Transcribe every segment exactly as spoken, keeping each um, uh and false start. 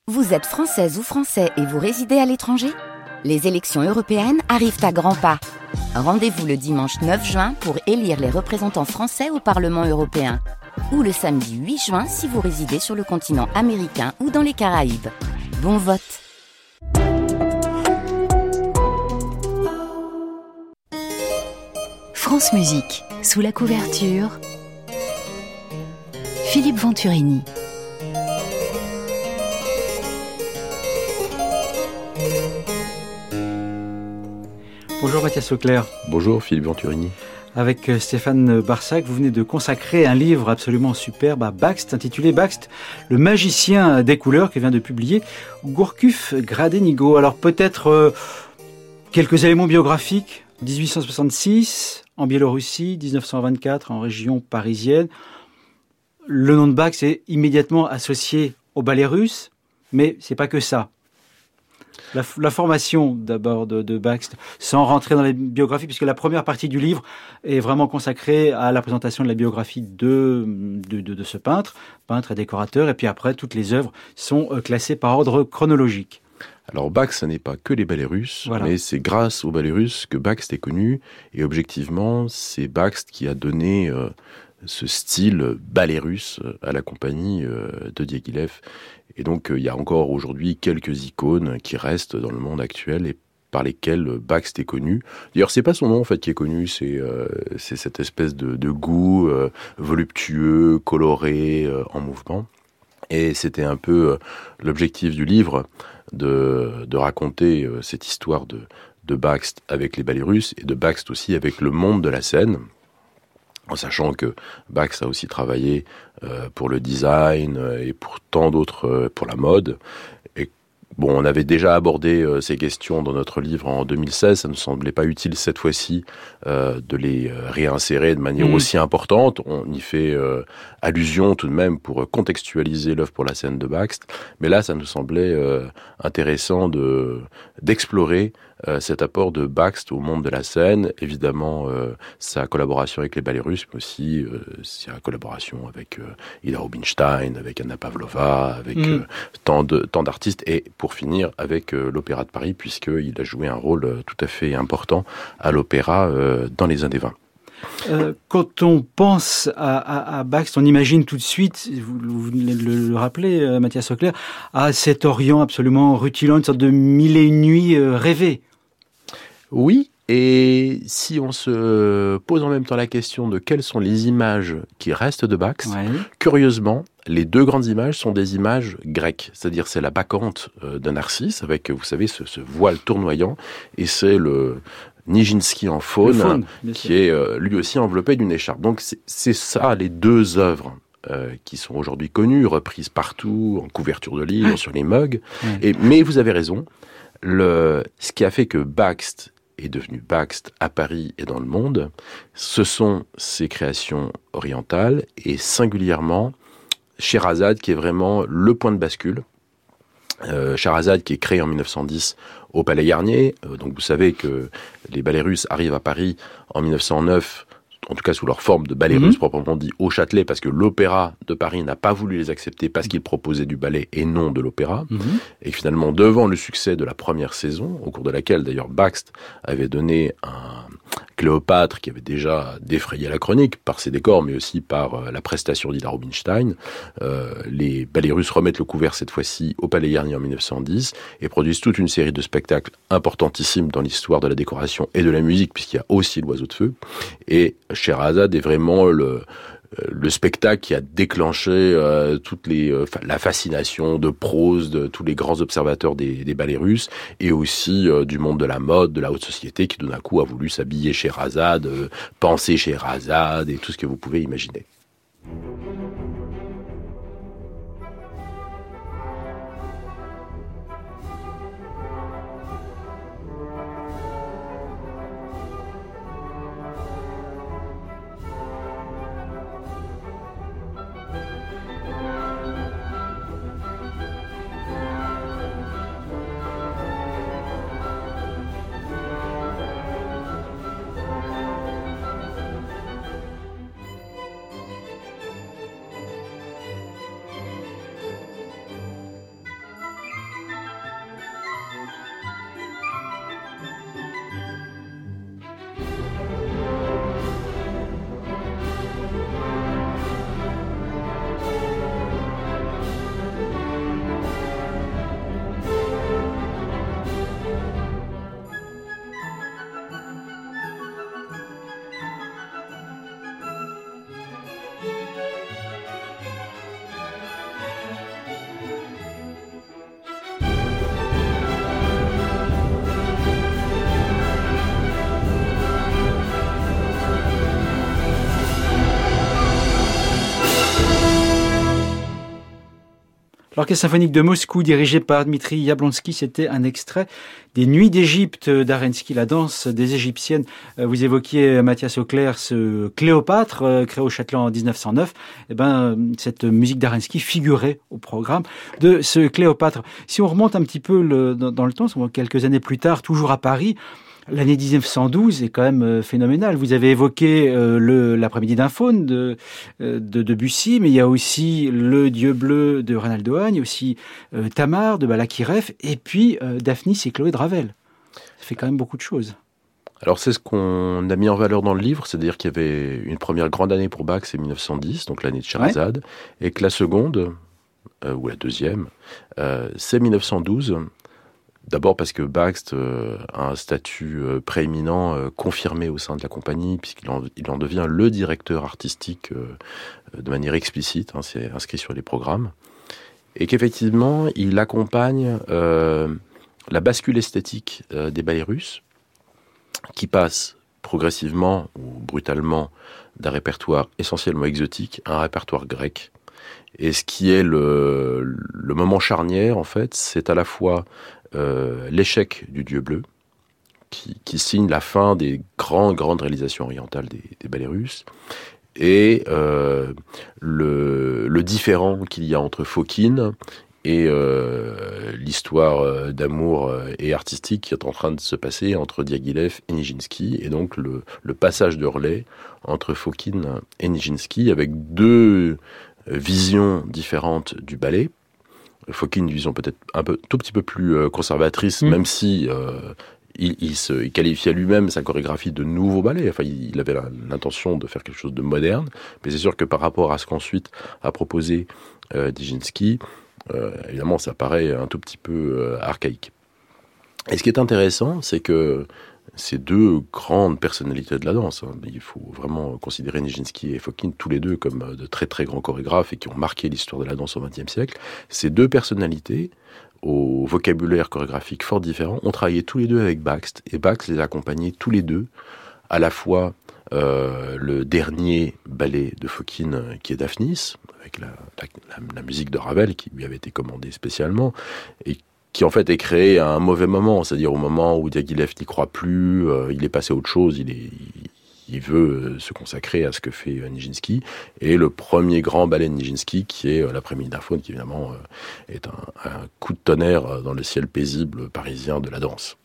Vous êtes française ou français et vous résidez à l'étranger ? Les élections européennes arrivent à grands pas. Rendez-vous le dimanche neuf juin pour élire les représentants français au Parlement européen. Ou le samedi huit juin si vous résidez sur le continent américain ou dans les Caraïbes. Bon vote! France Musique, sous la couverture, Philippe Venturini. Bonjour Mathias Auclair. Bonjour Philippe Venturini. Avec Stéphane Barsac, vous venez de consacrer un livre absolument superbe à Bakst, intitulé Bakst, le magicien des couleurs, que vient de publier Gourcuff Gradenigo. Alors peut-être euh, quelques éléments biographiques. dix-huit cent soixante-six, en Biélorussie, dix-neuf cent vingt-quatre, en région parisienne. Le nom de Bakst est immédiatement associé au ballet russe, mais c'est pas que ça. La, la formation d'abord de, de Bakst, sans rentrer dans les biographies, puisque la première partie du livre est vraiment consacrée à la présentation de la biographie de, de, de, de ce peintre, peintre et décorateur, et puis après, toutes les œuvres sont classées par ordre chronologique. Alors Bakst, ça n'est pas que les ballets russes, voilà. Mais c'est grâce aux ballets russes que Bakst est connu, et objectivement, c'est Bakst qui a donné euh, ce style ballet russe à la compagnie euh, de Diaghilev. Et donc, il y a encore aujourd'hui quelques icônes qui restent dans le monde actuel et par lesquelles Bakst est connu. D'ailleurs, c'est pas son nom en fait qui est connu, c'est euh, c'est cette espèce de, de goût euh, voluptueux, coloré, euh, en mouvement. Et c'était un peu euh, l'objectif du livre de de raconter euh, cette histoire de de Bakst avec les ballets russes et de Bakst aussi avec le monde de la scène. En sachant que Bakst a aussi travaillé euh, pour le design et pour tant d'autres, euh, pour la mode. Et bon, on avait déjà abordé euh, ces questions dans notre livre en deux mille seize. Ça ne semblait pas utile cette fois-ci euh, de les euh, réinsérer de manière mmh. aussi importante. On y fait euh, allusion tout de même pour contextualiser l'œuvre pour la scène de Bakst. Mais là, ça nous semblait euh, intéressant de d'explorer Euh, cet apport de Bakst au monde de la scène, évidemment euh, sa collaboration avec les ballets russes, mais aussi euh, sa collaboration avec euh, Ida Rubinstein, avec Anna Pavlova, avec mm. euh, tant, de, tant d'artistes, et pour finir avec euh, l'Opéra de Paris, puisqu'il a joué un rôle euh, tout à fait important à l'opéra euh, dans les années vingt. Euh, quand on pense à, à, à Bakst, on imagine tout de suite, vous, vous venez de le, le rappeler, euh, Mathias Auclair, à cet Orient absolument rutilant, une sorte de mille et une nuits euh, rêvé. Oui, et si on se pose en même temps la question de quelles sont les images qui restent de Bakst, ouais. Curieusement, les deux grandes images sont des images grecques, c'est-à-dire c'est la bacchante de Narcisse, avec, vous savez, ce, ce voile tournoyant, et c'est le Nijinsky en faune, faune qui sûr. est euh, lui aussi enveloppé d'une écharpe. Donc c'est, c'est ça les deux œuvres euh, qui sont aujourd'hui connues, reprises partout, en couverture de livres, sur les mugs. Ouais. Et, mais vous avez raison, le, ce qui a fait que Bakst est devenu Bakst à Paris et dans le monde, ce sont ses créations orientales et singulièrement Sherazade qui est vraiment le point de bascule. Euh, Sherazade qui est créé en mille neuf cent dix au Palais Garnier. Euh, donc vous savez que les ballets russes arrivent à Paris en mille neuf cent neuf, en tout cas sous leur forme de ballet mmh. russe proprement dit, au Châtelet, parce que l'opéra de Paris n'a pas voulu les accepter parce qu'ils proposaient du ballet et non de l'opéra. Mmh. Et finalement, devant le succès de la première saison, au cours de laquelle d'ailleurs Bakst avait donné un Cléopâtre qui avait déjà défrayé la chronique par ses décors, mais aussi par euh, la prestation d'Ida Rubinstein, euh, les ballets russes remettent le couvert cette fois-ci au Palais Garnier en mille neuf cent dix et produisent toute une série de spectacles importantissimes dans l'histoire de la décoration et de la musique, puisqu'il y a aussi l'Oiseau de Feu. Et Sherazade est vraiment le, le spectacle qui a déclenché euh, toutes les, euh, la fascination de prose de tous les grands observateurs des, des ballets russes et aussi euh, du monde de la mode, de la haute société qui tout d'un coup a voulu s'habiller Sherazade, euh, penser Sherazade et tout ce que vous pouvez imaginer. L'Orchestre symphonique de Moscou, dirigé par Dmitri Yablonsky, c'était un extrait des Nuits d'Égypte d'Arensky, la danse des Égyptiennes. Vous évoquiez, Mathias Auclair, ce Cléopâtre, créé au Châtelet en dix-neuf cent neuf. Eh ben, cette musique d'Arensky figurait au programme de ce Cléopâtre. Si on remonte un petit peu le, dans, dans le temps, quelques années plus tard, toujours à Paris, l'année dix-neuf cent douze est quand même phénoménale. Vous avez évoqué euh, le, l'après-midi d'un faune de, euh, de Debussy, mais il y a aussi le Dieu bleu de Reynaldo Hahn, il y a aussi euh, Tamar de Balakirev, et puis euh, Daphnis et Chloé de Ravel. Ça fait quand même beaucoup de choses. Alors c'est ce qu'on a mis en valeur dans le livre, c'est-à-dire qu'il y avait une première grande année pour Bach, c'est dix-neuf cent dix, donc l'année de Scheherazade, ouais. Et que la seconde, euh, ou la deuxième, euh, c'est dix-neuf cent douze. D'abord parce que Bach euh, a un statut euh, prééminent euh, confirmé au sein de la compagnie, puisqu'il en, il en devient le directeur artistique euh, de manière explicite, hein, c'est inscrit sur les programmes, et qu'effectivement, il accompagne euh, la bascule esthétique euh, des ballets russes, qui passe progressivement ou brutalement d'un répertoire essentiellement exotique à un répertoire grec. Et ce qui est le, le moment charnière, en fait, c'est à la fois Euh, l'échec du Dieu bleu, qui, qui signe la fin des grandes, grandes réalisations orientales des, des ballets russes, et euh, le, le différent qu'il y a entre Fokine et euh, l'histoire d'amour et artistique qui est en train de se passer entre Diaghilev et Nijinsky, et donc le, le passage de relais entre Fokine et Nijinsky, avec deux visions différentes du ballet. Fokine, une vision peut-être un peu, tout petit peu plus euh, conservatrice, mmh. même si euh, il, il, se, il qualifiait lui-même sa chorégraphie de nouveau ballet. Enfin, il, il avait la, l'intention de faire quelque chose de moderne, mais c'est sûr que par rapport à ce qu'ensuite a proposé euh, Nijinsky, euh, évidemment, ça paraît un tout petit peu euh, archaïque. Et ce qui est intéressant, c'est que ces deux grandes personnalités de la danse, hein, il faut vraiment considérer Nijinsky et Fokine tous les deux comme de très très grands chorégraphes et qui ont marqué l'histoire de la danse au vingtième siècle. Ces deux personnalités, au vocabulaire chorégraphique fort différent, ont travaillé tous les deux avec Bakst, et Bakst les a accompagnés tous les deux, à la fois euh, le dernier ballet de Fokine qui est Daphnis, avec la, la, la musique de Ravel qui lui avait été commandée spécialement, et qui en fait est créé à un mauvais moment, c'est-à-dire au moment où Diaghilev n'y croit plus, euh, il est passé à autre chose, il, est, il, il veut se consacrer à ce que fait euh, Nijinsky, et le premier grand ballet de Nijinsky, qui est euh, l'après-midi d'un faune, qui évidemment euh, est un, un coup de tonnerre dans le ciel paisible parisien de la danse.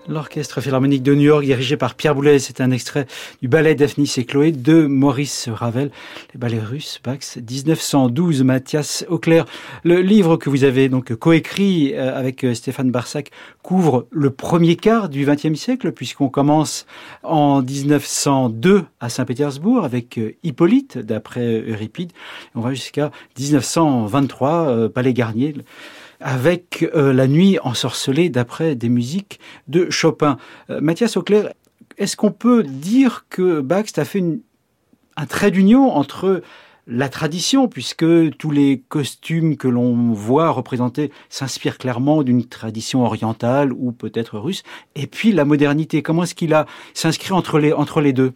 L'Orchestre Philharmonique de New York, dirigé par Pierre Boulez, c'est un extrait du ballet Daphnis et Chloé de Maurice Ravel, les ballets russes, Bax, dix-neuf cent douze, Mathias Auclair. Le livre que vous avez donc coécrit avec Stéphane Barsac couvre le premier quart du vingtième siècle, puisqu'on commence en dix-neuf cent deux à Saint-Pétersbourg avec Hippolyte, d'après Euripide. On va jusqu'à dix-neuf cent vingt-trois, Palais Garnier, avec euh, La Nuit ensorcelée, d'après des musiques de Chopin. Euh, Mathias Auclair, est-ce qu'on peut dire que Bakst a fait une, un trait d'union entre la tradition, puisque tous les costumes que l'on voit représentés s'inspirent clairement d'une tradition orientale ou peut-être russe, et puis la modernité? Comment est-ce qu'il a s'inscrit entre les, entre les deux?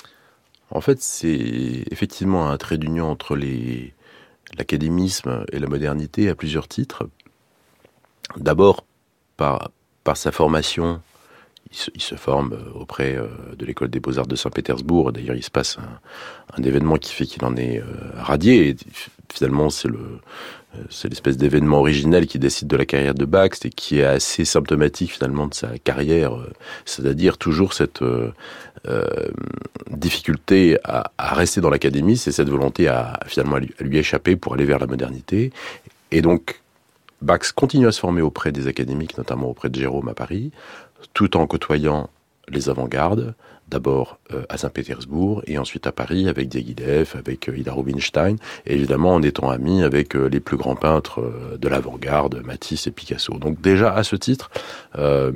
En fait, c'est effectivement un trait d'union entre les, l'académisme et la modernité à plusieurs titres. D'abord, par, par sa formation, il se, il se forme auprès euh, de l'école des beaux-arts de Saint-Pétersbourg. D'ailleurs, il se passe un, un événement qui fait qu'il en est euh, radié. Et finalement, c'est, le, c'est l'espèce d'événement originel qui décide de la carrière de Bakst et qui est assez symptomatique finalement de sa carrière. Euh, c'est-à-dire toujours cette euh, euh, difficulté à, à rester dans l'académie, c'est cette volonté à finalement à lui, à lui échapper pour aller vers la modernité. Et donc, Bakst continue à se former auprès des académiques, notamment auprès de Jérôme à Paris, tout en côtoyant les avant-gardes, d'abord euh, à Saint-Pétersbourg et ensuite à Paris avec Diaghilev, avec euh, Ida Rubinstein, et évidemment en étant ami avec euh, les plus grands peintres euh, de l'avant-garde, Matisse et Picasso. Donc déjà à ce titre, euh,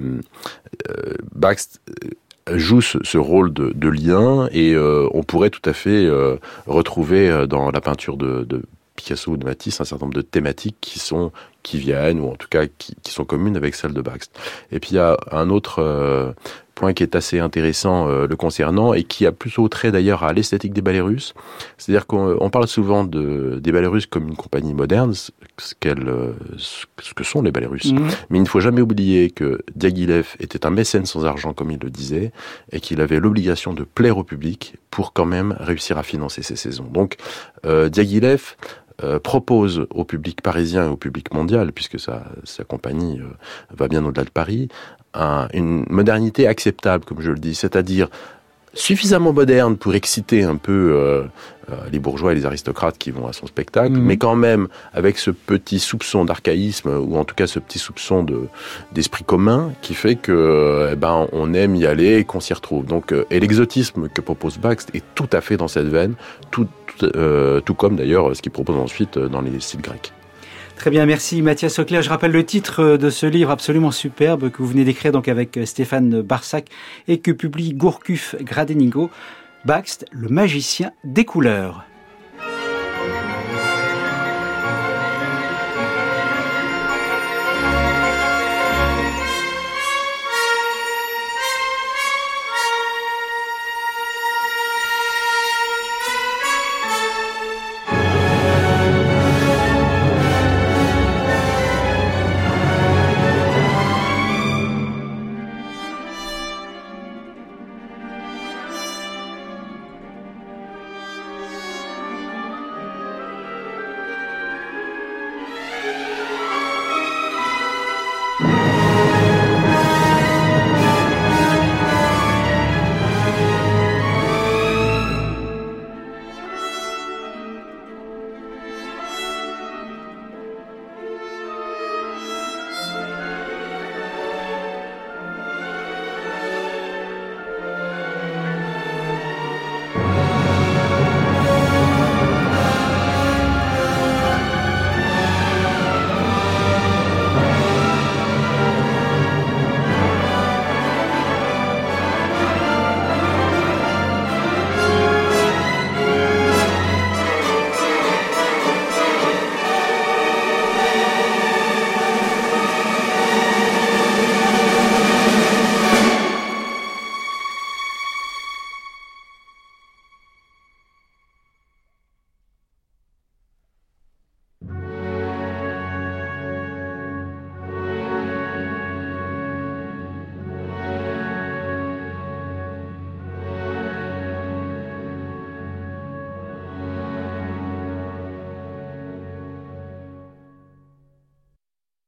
euh, Bakst joue ce, ce rôle de, de lien et euh, on pourrait tout à fait euh, retrouver euh, dans la peinture de, de Picasso ou de Matisse un certain nombre de thématiques qui sont qui viennent ou en tout cas qui, qui sont communes avec celles de Bakst. Et puis il y a un autre euh, point qui est assez intéressant euh, le concernant et qui a plutôt trait d'ailleurs à l'esthétique des ballets russes. C'est-à-dire qu'on on parle souvent de, des ballets russes comme une compagnie moderne, ce, qu'elle, ce que sont les ballets russes. Mmh. Mais il ne faut jamais oublier que Diaghilev était un mécène sans argent, comme il le disait, et qu'il avait l'obligation de plaire au public pour quand même réussir à financer ses saisons. Donc euh, Diaghilev Euh, propose au public parisien et au public mondial, puisque sa, sa compagnie euh, va bien au-delà de Paris, un, une modernité acceptable, comme je le dis, c'est-à-dire suffisamment moderne pour exciter un peu euh, euh, les bourgeois et les aristocrates qui vont à son spectacle, mmh. mais quand même avec ce petit soupçon d'archaïsme, ou en tout cas ce petit soupçon de, d'esprit commun, qui fait que eh ben, on aime y aller et qu'on s'y retrouve. Donc, euh, et l'exotisme que propose Bakst est tout à fait dans cette veine, tout, tout, euh, tout comme d'ailleurs ce qu'il propose ensuite dans les styles grecs. Très bien, merci Mathias Auclair. Je rappelle le titre de ce livre absolument superbe que vous venez d'écrire donc avec Stéphane Barsac et que publie Gourcuff Gradenigo, Bakst, le magicien des couleurs.